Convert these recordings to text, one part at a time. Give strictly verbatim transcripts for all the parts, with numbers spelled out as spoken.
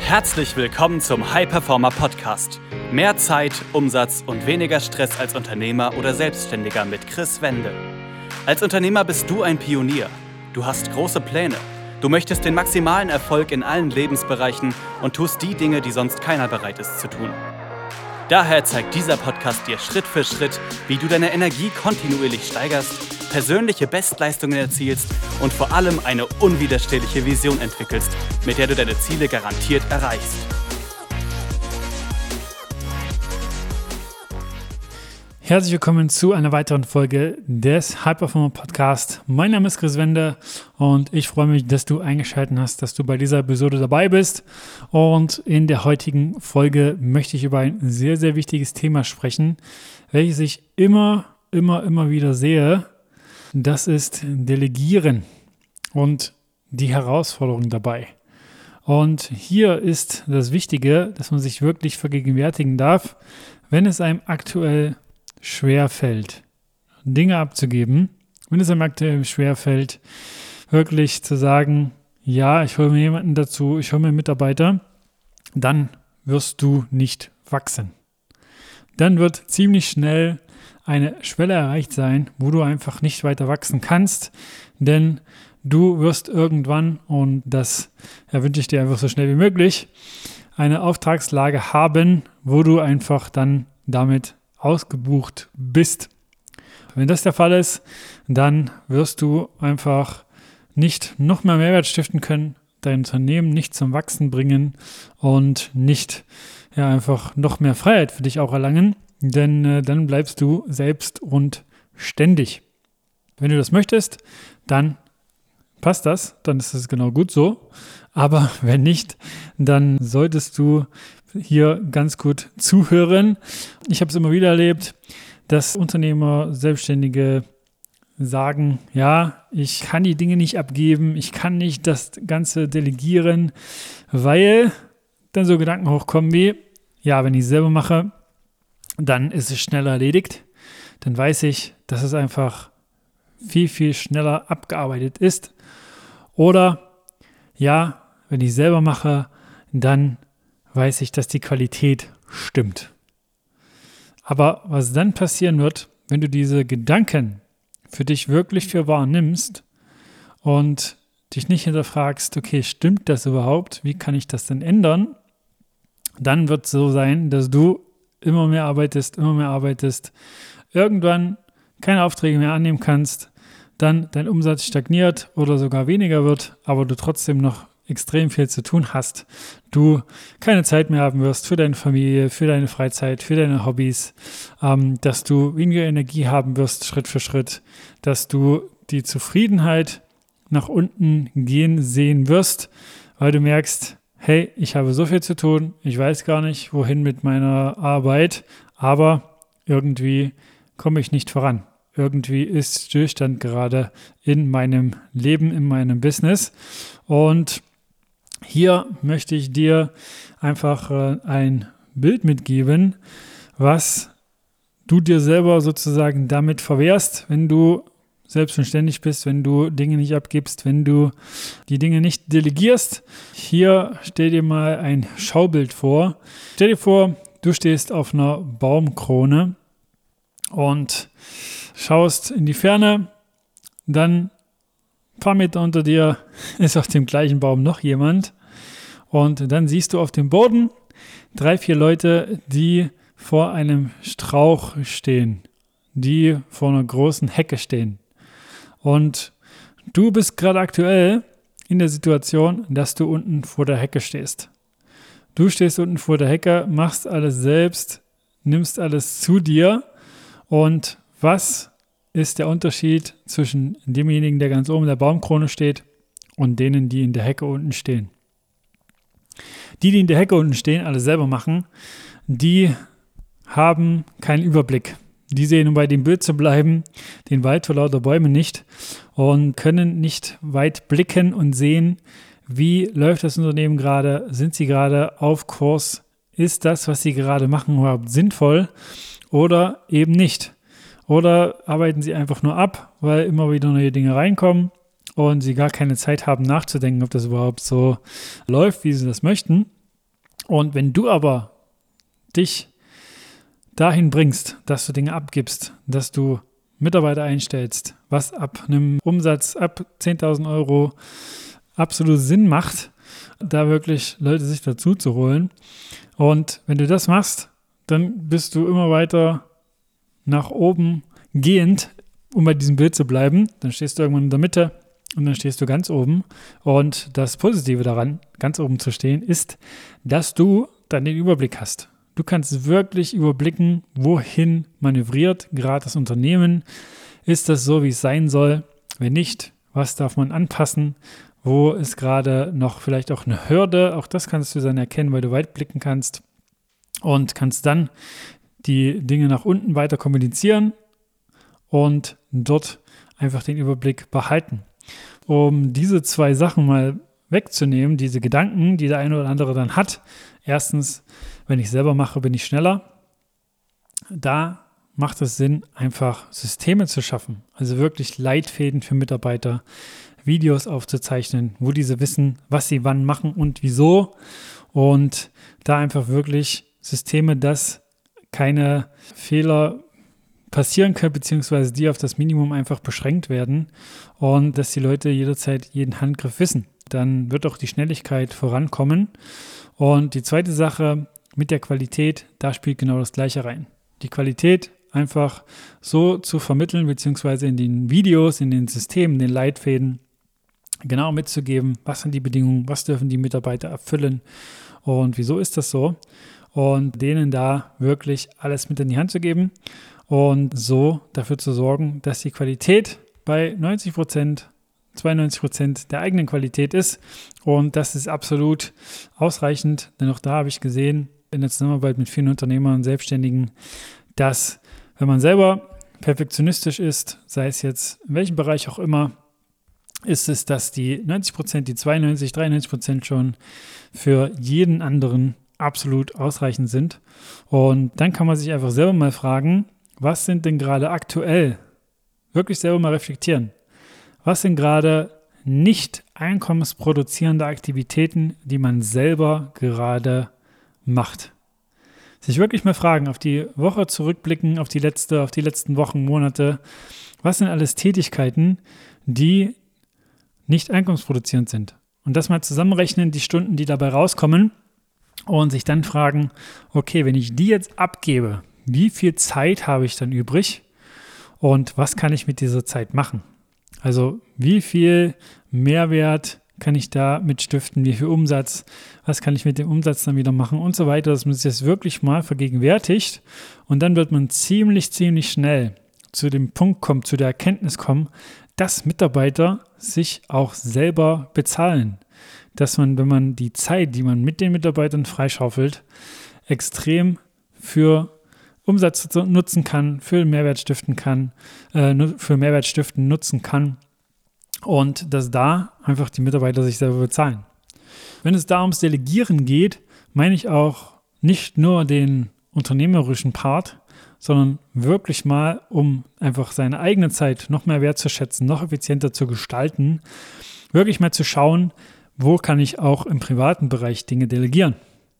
Herzlich willkommen zum High Performer Podcast. Mehr Zeit, Umsatz und weniger Stress als Unternehmer oder Selbstständiger mit Chris Wende. Als Unternehmer bist du ein Pionier. Du hast große Pläne. Du möchtest den maximalen Erfolg in allen Lebensbereichen und tust die Dinge, die sonst keiner bereit ist zu tun. Daher zeigt dieser Podcast dir Schritt für Schritt, wie du deine Energie kontinuierlich steigerst, persönliche Bestleistungen erzielst und vor allem eine unwiderstehliche Vision entwickelst, mit der du deine Ziele garantiert erreichst. Herzlich willkommen zu einer weiteren Folge des High Performer Podcast. Mein Name ist Chris Wende und ich freue mich, dass du eingeschaltet hast, dass du bei dieser Episode dabei bist. Und in der heutigen Folge möchte ich über ein sehr, sehr wichtiges Thema sprechen, welches ich immer, immer, immer wieder sehe. Das ist Delegieren und die Herausforderung dabei. Und hier ist das Wichtige, dass man sich wirklich vergegenwärtigen darf, wenn es einem aktuell schwer fällt, Dinge abzugeben, wenn es einem aktuell schwer fällt, wirklich zu sagen, ja, ich hole mir jemanden dazu, ich hole mir einen Mitarbeiter, dann wirst du nicht wachsen. Dann wird ziemlich schnell eine Schwelle erreicht sein, wo du einfach nicht weiter wachsen kannst, denn du wirst irgendwann, und das ja, wünsche ich dir einfach so schnell wie möglich, eine Auftragslage haben, wo du einfach dann damit ausgebucht bist. Wenn das der Fall ist, dann wirst du einfach nicht noch mehr Mehrwert stiften können, dein Unternehmen nicht zum Wachsen bringen und nicht ja, einfach noch mehr Freiheit für dich auch erlangen, denn äh, dann bleibst du selbst und ständig. Wenn du das möchtest, dann passt das, dann ist es genau gut so, aber wenn nicht, dann solltest du hier ganz gut zuhören. Ich habe es immer wieder erlebt, dass Unternehmer, Selbstständige sagen, ja, ich kann die Dinge nicht abgeben, ich kann nicht das Ganze delegieren, weil dann so Gedanken hochkommen wie, ja, wenn ich es selber mache, dann ist es schneller erledigt. Dann weiß ich, dass es einfach viel, viel schneller abgearbeitet ist. Oder, ja, wenn ich es selber mache, dann weiß ich, dass die Qualität stimmt. Aber was dann passieren wird, wenn du diese Gedanken für dich wirklich für wahr nimmst und dich nicht hinterfragst, okay, stimmt das überhaupt? Wie kann ich das denn ändern? Dann wird es so sein, dass du immer mehr arbeitest, immer mehr arbeitest, irgendwann keine Aufträge mehr annehmen kannst, dann dein Umsatz stagniert oder sogar weniger wird, aber du trotzdem noch extrem viel zu tun hast, du keine Zeit mehr haben wirst für deine Familie, für deine Freizeit, für deine Hobbys, ähm, dass du weniger Energie haben wirst Schritt für Schritt, dass du die Zufriedenheit nach unten gehen sehen wirst, weil du merkst, hey, ich habe so viel zu tun, ich weiß gar nicht, wohin mit meiner Arbeit, aber irgendwie komme ich nicht voran. Irgendwie ist Stillstand gerade in meinem Leben, in meinem Business. Und hier möchte ich dir einfach äh, ein Bild mitgeben, was du dir selber sozusagen damit verwehrst, wenn du selbstständig bist, wenn du Dinge nicht abgibst, wenn du die Dinge nicht delegierst. Hier stell dir mal ein Schaubild vor. Stell dir vor, du stehst auf einer Baumkrone und schaust in die Ferne, dann ein paar Meter unter dir ist auf dem gleichen Baum noch jemand und dann siehst du auf dem Boden drei, vier Leute, die vor einem Strauch stehen, die vor einer großen Hecke stehen. Und du bist gerade aktuell in der Situation, dass du unten vor der Hecke stehst. Du stehst unten vor der Hecke, machst alles selbst, nimmst alles zu dir und was ist der Unterschied zwischen demjenigen, der ganz oben in der Baumkrone steht und denen, die in der Hecke unten stehen? Die, die in der Hecke unten stehen, alles selber machen, die haben keinen Überblick. Die sehen, um bei dem Bild zu bleiben, den Wald vor lauter Bäumen nicht und können nicht weit blicken und sehen, wie läuft das Unternehmen gerade, sind sie gerade auf Kurs, ist das, was sie gerade machen, überhaupt sinnvoll oder eben nicht. Oder arbeiten sie einfach nur ab, weil immer wieder neue Dinge reinkommen und sie gar keine Zeit haben nachzudenken, ob das überhaupt so läuft, wie sie das möchten. Und wenn du aber dich dahin bringst, dass du Dinge abgibst, dass du Mitarbeiter einstellst, was ab einem Umsatz ab zehntausend Euro absolut Sinn macht, da wirklich Leute sich dazu zu holen. Und wenn du das machst, dann bist du immer weiter nach oben gehend, um bei diesem Bild zu bleiben. Dann stehst du irgendwann in der Mitte und dann stehst du ganz oben. Und das Positive daran, ganz oben zu stehen, ist, dass du dann den Überblick hast. Du kannst wirklich überblicken, wohin manövriert gerade das Unternehmen. Ist das so, wie es sein soll? Wenn nicht, was darf man anpassen? Wo ist gerade noch vielleicht auch eine Hürde? Auch das kannst du dann erkennen, weil du weit blicken kannst und kannst dann die Dinge nach unten weiter kommunizieren und dort einfach den Überblick behalten. Um diese zwei Sachen mal wegzunehmen, diese Gedanken, die der eine oder andere dann hat. Erstens, wenn ich selber mache, bin ich schneller. Da macht es Sinn, einfach Systeme zu schaffen. Also wirklich Leitfäden für Mitarbeiter, Videos aufzuzeichnen, wo diese wissen, was sie wann machen und wieso. Und da einfach wirklich Systeme, dass keine Fehler passieren können, beziehungsweise die auf das Minimum einfach beschränkt werden und dass die Leute jederzeit jeden Handgriff wissen. Dann wird auch die Schnelligkeit vorankommen. Und die zweite Sache mit der Qualität, da spielt genau das Gleiche rein. Die Qualität einfach so zu vermitteln, beziehungsweise in den Videos, in den Systemen, den Leitfäden genau mitzugeben, was sind die Bedingungen, was dürfen die Mitarbeiter erfüllen und wieso ist das so, und denen da wirklich alles mit in die Hand zu geben und so dafür zu sorgen, dass die Qualität bei neunzig Prozent, zweiundneunzig Prozent der eigenen Qualität ist, und das ist absolut ausreichend, denn auch da habe ich gesehen in der Zusammenarbeit mit vielen Unternehmern und Selbstständigen, dass wenn man selber perfektionistisch ist, sei es jetzt in welchem Bereich auch immer, ist es, dass die neunzig Prozent, die zweiundneunzig, dreiundneunzig Prozent schon für jeden anderen absolut ausreichend sind. Und dann kann man sich einfach selber mal fragen, was sind denn gerade aktuell, wirklich selber mal reflektieren, was sind gerade nicht einkommensproduzierende Aktivitäten, die man selber gerade macht. Sich wirklich mal fragen, auf die Woche zurückblicken, auf die letzte, auf die letzten Wochen, Monate, was sind alles Tätigkeiten, die nicht einkommensproduzierend sind. Und das mal zusammenrechnen, die Stunden, die dabei rauskommen, und sich dann fragen, okay, wenn ich die jetzt abgebe, wie viel Zeit habe ich dann übrig und was kann ich mit dieser Zeit machen? Also wie viel Mehrwert kann ich da mit stiften, wie viel Umsatz, was kann ich mit dem Umsatz dann wieder machen und so weiter, dass man sich das wirklich mal vergegenwärtigt, und dann wird man ziemlich, ziemlich schnell zu dem Punkt kommen, zu der Erkenntnis kommen, dass Mitarbeiter sich auch selber bezahlen. Dass man, wenn man die Zeit, die man mit den Mitarbeitern freischaufelt, extrem für Umsatz nutzen kann, für Mehrwert stiften kann, äh, für Mehrwert stiften nutzen kann, und dass da einfach die Mitarbeiter sich selber bezahlen. Wenn es da ums Delegieren geht, meine ich auch nicht nur den unternehmerischen Part, sondern wirklich mal, um einfach seine eigene Zeit noch mehr wertzuschätzen, noch effizienter zu gestalten, wirklich mal zu schauen, wo kann ich auch im privaten Bereich Dinge delegieren.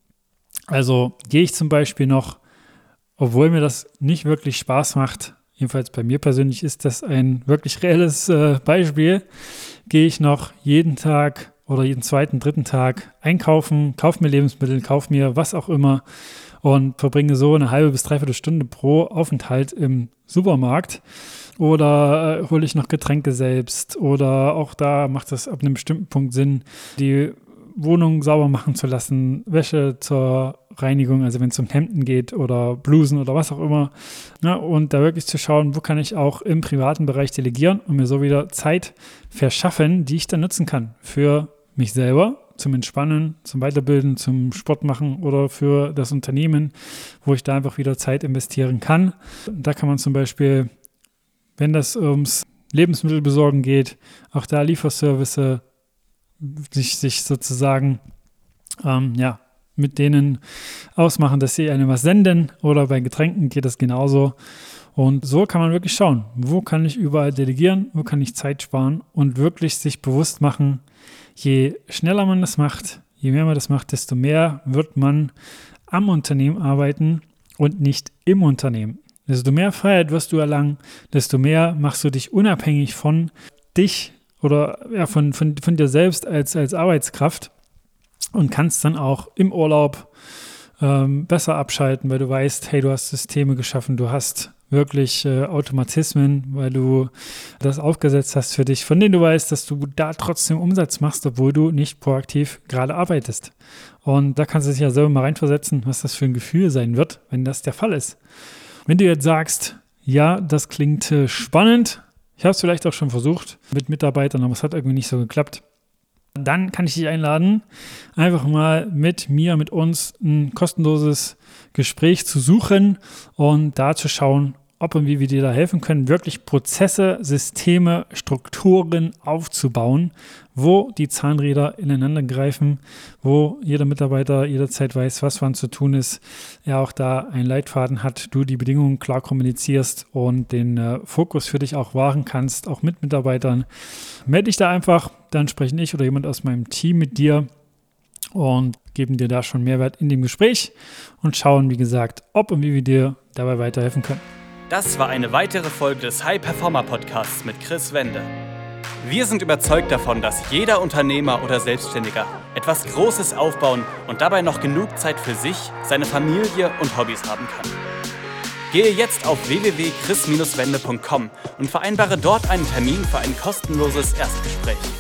Also gehe ich zum Beispiel noch, obwohl mir das nicht wirklich Spaß macht, jedenfalls bei mir persönlich ist das ein wirklich reelles äh, Beispiel, gehe ich noch jeden Tag oder jeden zweiten, dritten Tag einkaufen, kaufe mir Lebensmittel, kaufe mir was auch immer und verbringe so eine halbe bis dreiviertel Stunde pro Aufenthalt im Supermarkt. Oder äh, hole ich noch Getränke selbst, oder auch da macht es ab einem bestimmten Punkt Sinn, die Wohnung sauber machen zu lassen, Wäsche zur Reinigung, also wenn es um Hemden geht oder Blusen oder was auch immer. Ja, und da wirklich zu schauen, wo kann ich auch im privaten Bereich delegieren und mir so wieder Zeit verschaffen, die ich dann nutzen kann für mich selber, zum Entspannen, zum Weiterbilden, zum Sport machen oder für das Unternehmen, wo ich da einfach wieder Zeit investieren kann. Da kann man zum Beispiel, wenn das ums Lebensmittelbesorgen geht, auch da Lieferservice, sich, sich sozusagen ähm, ja, mit denen ausmachen, dass sie einem was senden, oder bei Getränken geht das genauso. Und so kann man wirklich schauen, wo kann ich überall delegieren, wo kann ich Zeit sparen und wirklich sich bewusst machen, je schneller man das macht, je mehr man das macht, desto mehr wird man am Unternehmen arbeiten und nicht im Unternehmen. Desto mehr Freiheit wirst du erlangen, desto mehr machst du dich unabhängig von dich oder ja, von, von, von dir selbst als, als Arbeitskraft und kannst dann auch im Urlaub ähm, besser abschalten, weil du weißt, hey, du hast Systeme geschaffen, du hast wirklich äh, Automatismen, weil du das aufgesetzt hast für dich, von denen du weißt, dass du da trotzdem Umsatz machst, obwohl du nicht proaktiv gerade arbeitest. Und da kannst du dich ja selber mal reinversetzen, was das für ein Gefühl sein wird, wenn das der Fall ist. Wenn du jetzt sagst, ja, das klingt äh, spannend, ich habe es vielleicht auch schon versucht mit Mitarbeitern, aber es hat irgendwie nicht so geklappt, dann kann ich dich einladen, einfach mal mit mir, mit uns ein kostenloses Gespräch zu suchen und da zu schauen, ob und wie wir dir da helfen können, wirklich Prozesse, Systeme, Strukturen aufzubauen, wo die Zahnräder ineinander greifen, wo jeder Mitarbeiter jederzeit weiß, was wann zu tun ist, er auch da einen Leitfaden hat, du die Bedingungen klar kommunizierst und den äh, Fokus für dich auch wahren kannst, auch mit Mitarbeitern. Melde dich da einfach, dann sprechen ich oder jemand aus meinem Team mit dir und geben dir da schon Mehrwert in dem Gespräch und schauen, wie gesagt, ob und wie wir dir dabei weiterhelfen können. Das war eine weitere Folge des High Performer Podcasts mit Chris Wende. Wir sind überzeugt davon, dass jeder Unternehmer oder Selbstständiger etwas Großes aufbauen und dabei noch genug Zeit für sich, seine Familie und Hobbys haben kann. Gehe jetzt auf w w w punkt chris Bindestrich wende punkt com und vereinbare dort einen Termin für ein kostenloses Erstgespräch.